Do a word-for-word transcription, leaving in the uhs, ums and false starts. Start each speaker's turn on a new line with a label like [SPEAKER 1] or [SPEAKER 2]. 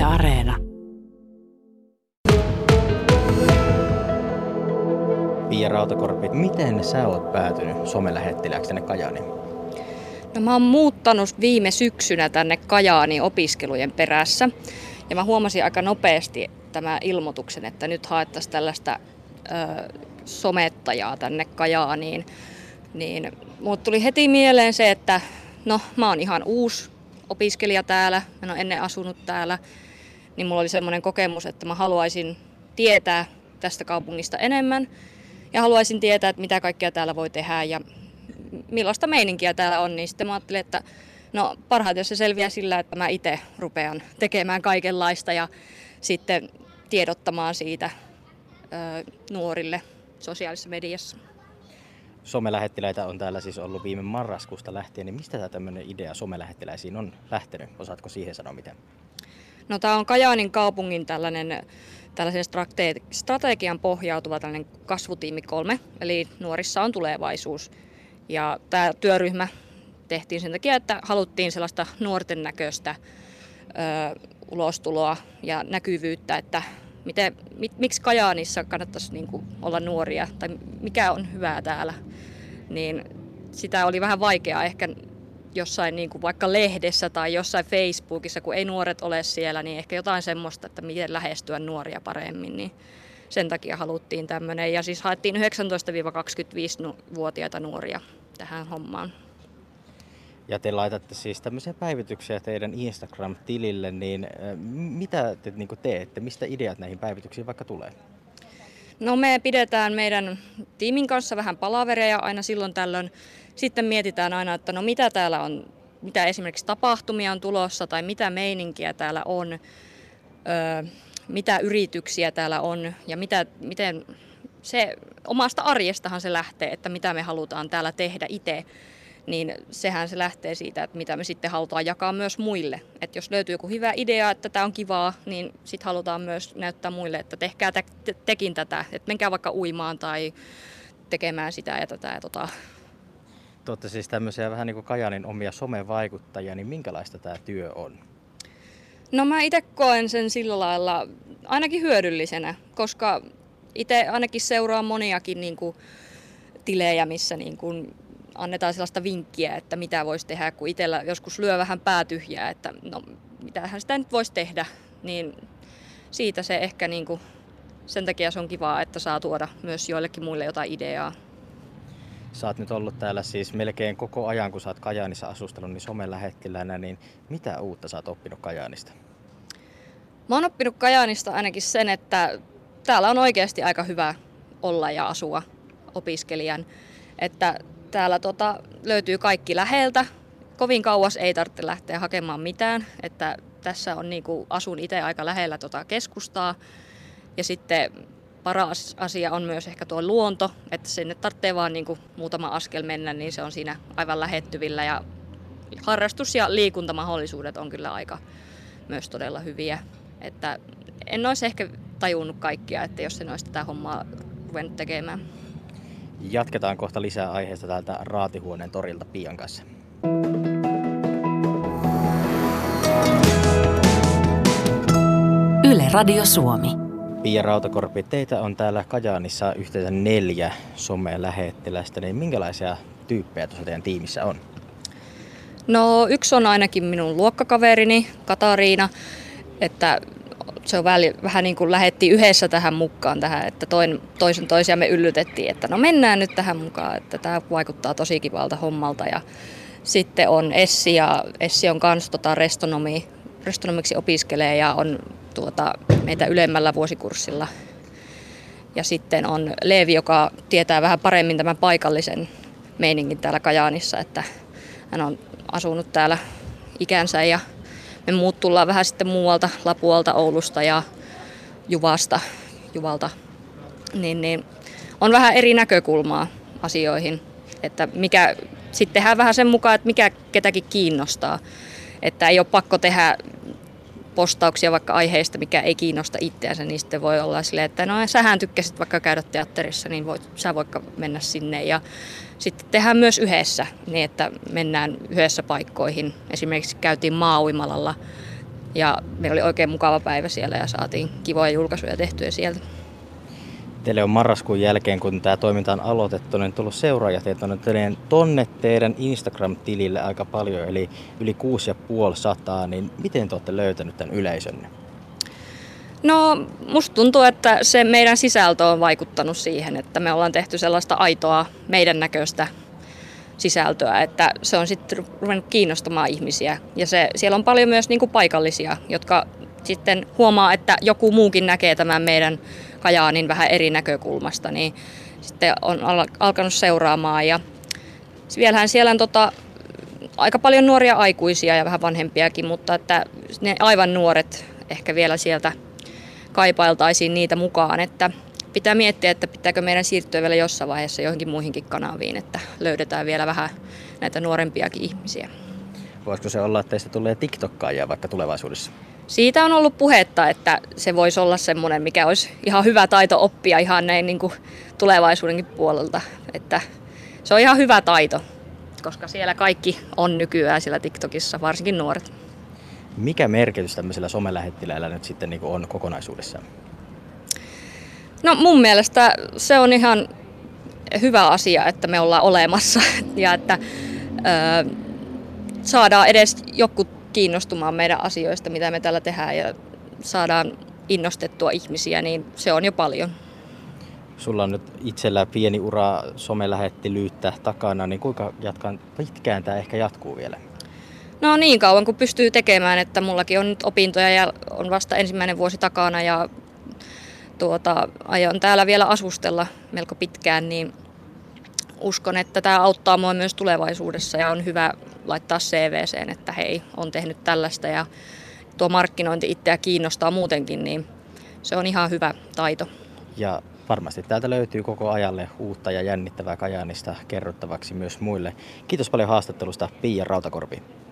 [SPEAKER 1] Areena.
[SPEAKER 2] Pia Rautakorpi, miten sä oot päätynyt somelähettilääksi tänne Kajaaniin?
[SPEAKER 3] No mä oon muuttanut viime syksynä tänne Kajaaniin opiskelujen perässä. Ja mä huomasin aika nopeasti tämän ilmoituksen, että nyt haettaisiin tällaista ö, somettajaa tänne Kajaaniin. Niin mulle tuli heti mieleen se, että no mä oon ihan uusi opiskelija täällä, mä en ole ennen asunut täällä. Niin mulla oli semmoinen kokemus, että mä haluaisin tietää tästä kaupungista enemmän. Ja haluaisin tietää, että mitä kaikkea täällä voi tehdä ja millaista meininkiä täällä on. Niin sitten mä ajattelin, että no parhaiten se selviää sillä, että mä itse rupean tekemään kaikenlaista ja sitten tiedottamaan siitä ö, nuorille sosiaalisessa mediassa.
[SPEAKER 2] Somelähettiläitä on täällä siis ollut viime marraskuusta lähtien, niin mistä tämä tämmöinen idea somelähettiläisiin on lähtenyt? Osaatko siihen sanoa miten?
[SPEAKER 3] No tämä on Kajaanin kaupungin tällainen, tällaisen strate- strategian pohjautuva tällainen kasvutiimi kolme, eli nuorissa on tulevaisuus. Ja tämä työryhmä tehtiin sen takia, että haluttiin sellaista nuorten näköistä ö, ulostuloa ja näkyvyyttä, että miten, mit, miksi Kajaanissa kannattaisi niin kuin olla nuoria tai mikä on hyvää täällä. Niin sitä oli vähän vaikeaa ehkä jossain niin kuin vaikka lehdessä tai jossain Facebookissa, kun ei nuoret ole siellä, niin ehkä jotain semmoista, että miten lähestyä nuoria paremmin. Niin sen takia haluttiin tämmöinen. Ja siis haettiin yhdeksäntoista kaksikymmentäviisi-vuotiaita nuoria tähän hommaan.
[SPEAKER 2] Ja te laitatte siis tämmöisiä päivityksiä teidän Instagram-tilille, niin mitä te niin kuin teette? Mistä ideat näihin päivityksiin vaikka tulee?
[SPEAKER 3] No me pidetään meidän tiimin kanssa vähän palavereja aina silloin tällöin. Sitten mietitään aina, että no mitä täällä on, mitä esimerkiksi tapahtumia on tulossa tai mitä meininkiä täällä on, öö, mitä yrityksiä täällä on ja mitä, miten se omasta arjestahan se lähtee, että mitä me halutaan täällä tehdä itse. Niin sehän se lähtee siitä, että mitä me sitten halutaan jakaa myös muille. Että jos löytyy joku hyvä idea, että tämä on kivaa, niin sitten halutaan myös näyttää muille, että tehkää te- te- tekin tätä. Että menkää vaikka uimaan tai tekemään sitä ja tätä ja tota.
[SPEAKER 2] Te olette siis tämmöisiä vähän niin kuin Kajaanin omia somevaikuttajia, niin minkälaista tämä työ on?
[SPEAKER 3] No mä itse koen sen sillä lailla ainakin hyödyllisenä, koska itse ainakin seuraan moniakin niin kuin tilejä, missä niin kuin annetaan sellaista vinkkiä, että mitä voisi tehdä, kun itsellä joskus lyö vähän päätyhjää, että no mitähän sitä nyt voisi tehdä, niin siitä se ehkä niin kuin, sen takia se on kivaa, että saa tuoda myös joillekin muille jotain ideaa.
[SPEAKER 2] Sä oot nyt ollut täällä siis melkein koko ajan, kun sä oot Kajaanissa asustellut, niin somelähettilänä, niin mitä uutta sä oot oppinut Kajaanista?
[SPEAKER 3] Mä oon oppinut Kajaanista ainakin sen, että täällä on oikeasti aika hyvä olla ja asua opiskelijan, että täällä tota, löytyy kaikki läheltä. Kovin kauas ei tarvitse lähteä hakemaan mitään. Että tässä on, niin kuin, asun itse aika lähellä tota keskustaa. Ja sitten paras asia on myös ehkä tuo luonto. Että sinne tarvitsee vaan niin kuin, muutama askel mennä, niin se on siinä aivan lähettyvillä. Ja harrastus- ja liikuntamahdollisuudet on kyllä aika myös todella hyviä. Että en olisi ehkä tajunnut kaikkia, että jos en olisi tätä hommaa ruvennut tekemään.
[SPEAKER 2] Jatketaan kohta lisää aiheesta täältä Raatihuoneen torilta Pian kanssa.
[SPEAKER 1] Yle Radio Suomi.
[SPEAKER 2] Pia Rautakorpi, teitä on täällä Kajaanissa yhteensä neljä somelähettiläistä, niin minkälaisia tyyppejä tuossa teidän tiimissä on?
[SPEAKER 3] No yksi on ainakin minun luokkakaverini Katariina, että se on vähän niin kuin lähdettiin yhdessä tähän mukaan tähän, että toinen, toisen toisiamme yllytettiin, että no mennään nyt tähän mukaan, että tämä vaikuttaa tosi kivalta hommalta. Ja sitten on Essi ja Essi on kans tota restonomi, restonomiksi opiskelee ja on tuota, meitä ylemmällä vuosikurssilla. Ja sitten on Leevi, joka tietää vähän paremmin tämän paikallisen meiningin täällä Kajaanissa, että hän on asunut täällä ikänsä ja me muut tullaan vähän sitten muualta, Lapualta, Oulusta ja Juvasta, Juvalta, niin, niin on vähän eri näkökulmaa asioihin, että mikä, sitten tehdään vähän sen mukaan, että mikä ketäkin kiinnostaa, että ei ole pakko tehdä postauksia vaikka aiheista, mikä ei kiinnosta itseänsä, niin sitten voi olla silleen, että no sähän tykkäsit vaikka käydä teatterissa, niin voit, sä voit mennä sinne. Ja sitten tehdään myös yhdessä, niin että mennään yhdessä paikkoihin. Esimerkiksi käytiin Maa-Uimalalla Ja meillä oli oikein mukava päivä siellä ja saatiin kivoja julkaisuja tehtyä sieltä.
[SPEAKER 2] Teille on marraskuun jälkeen, kun tämä toiminta on aloitettu, niin tullut seuraajat tonne teidän Instagram-tilille aika paljon, eli yli kuusi ja puoli sataa, niin miten te olette löytänyt tämän yleisönne?
[SPEAKER 3] No, musta tuntuu, että se meidän sisältö on vaikuttanut siihen, että me ollaan tehty sellaista aitoa meidän näköistä sisältöä, että se on sitten ruvennut kiinnostamaan ihmisiä. Ja se, siellä on paljon myös niin kuin paikallisia, jotka sitten huomaa, että joku muukin näkee tämän meidän Kajaanin vähän eri näkökulmasta, niin sitten on alkanut seuraamaan. Ja vielähän siellä on tota, aika paljon nuoria aikuisia ja vähän vanhempiakin, mutta että ne aivan nuoret ehkä vielä sieltä kaipailtaisiin niitä mukaan, että pitää miettiä, että pitääkö meidän siirtyä vielä jossain vaiheessa johonkin muihinkin kanaviin, että löydetään vielä vähän näitä nuorempiakin ihmisiä.
[SPEAKER 2] Voisiko se olla, että teistä tulee TikTokkaajia vaikka tulevaisuudessa?
[SPEAKER 3] Siitä on ollut puhetta, että se voisi olla semmoinen, mikä olisi ihan hyvä taito oppia ihan näin niin kuin tulevaisuudenkin puolelta. Että se on ihan hyvä taito, koska siellä kaikki on nykyään siellä TikTokissa, varsinkin nuoret.
[SPEAKER 2] Mikä merkitys tämmöisellä somelähettiläillä nyt sitten niin kuin on kokonaisuudessaan?
[SPEAKER 3] No mun mielestä se on ihan hyvä asia, että me ollaan olemassa ja että ö, saadaan edes joku kiinnostumaan meidän asioista, mitä me täällä tehdään ja saadaan innostettua ihmisiä, niin se on jo paljon.
[SPEAKER 2] Sulla on nyt itsellä pieni ura somelähettilyyttä takana, niin kuinka jatkan, pitkään tämä ehkä jatkuu vielä?
[SPEAKER 3] No niin kauan kuin pystyy tekemään, että mullakin on nyt opintoja ja on vasta ensimmäinen vuosi takana ja tuota, aion täällä vielä asustella melko pitkään, niin uskon, että tämä auttaa mua myös tulevaisuudessa ja on hyvä laittaa C V:seen, että hei, on tehnyt tällaista ja tuo markkinointi itseä kiinnostaa muutenkin, niin se on ihan hyvä taito.
[SPEAKER 2] Ja varmasti täältä löytyy koko ajalle uutta ja jännittävää Kajaanista kerrottavaksi myös muille. Kiitos paljon haastattelusta, Pia Rautakorpi.